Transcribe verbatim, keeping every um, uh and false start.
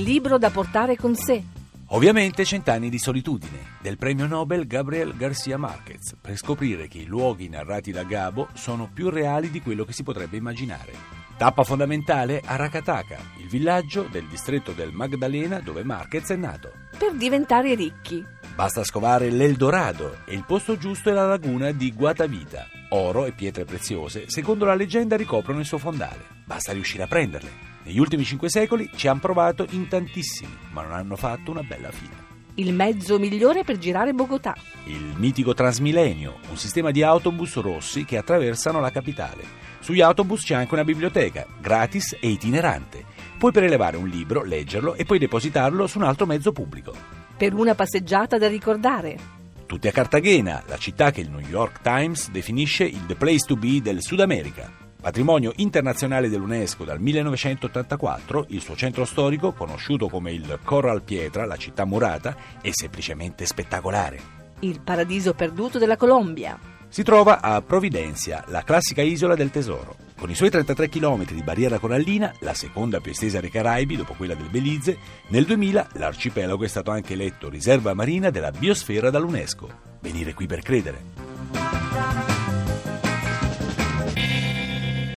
libro da portare con sé. Ovviamente Cent'anni di solitudine, del premio Nobel Gabriel García Márquez, per scoprire che i luoghi narrati da Gabo sono più reali di quello che si potrebbe immaginare. Tappa fondamentale Aracataca, il villaggio del distretto del Magdalena dove Márquez è nato. Per diventare ricchi. Basta scovare l'Eldorado e il posto giusto è la laguna di Guatavita. Oro e pietre preziose, secondo la leggenda, ricoprono il suo fondale. Basta riuscire a prenderle. Negli ultimi cinque secoli ci hanno provato in tantissimi, ma non hanno fatto una bella fine. Il mezzo migliore per girare Bogotà. Il mitico Transmilenio, un sistema di autobus rossi che attraversano la capitale. Sugli autobus c'è anche una biblioteca, gratis e itinerante. Puoi prelevare un libro, leggerlo e poi depositarlo su un altro mezzo pubblico. Per una passeggiata da ricordare. Tutti a Cartagena, la città che il New York Times definisce il The Place to Be del Sud America. Patrimonio internazionale dell'UNESCO dal millenovecentottantaquattro, il suo centro storico, conosciuto come il Corral Pietra, la città murata, è semplicemente spettacolare. Il paradiso perduto della Colombia. Si trova a Providencia, la classica isola del tesoro. Con i suoi trentatré chilometri di barriera corallina, la seconda più estesa dei Caraibi dopo quella del Belize, nel duemila l'arcipelago è stato anche eletto riserva marina della biosfera dall'UNESCO. Venire qui per credere.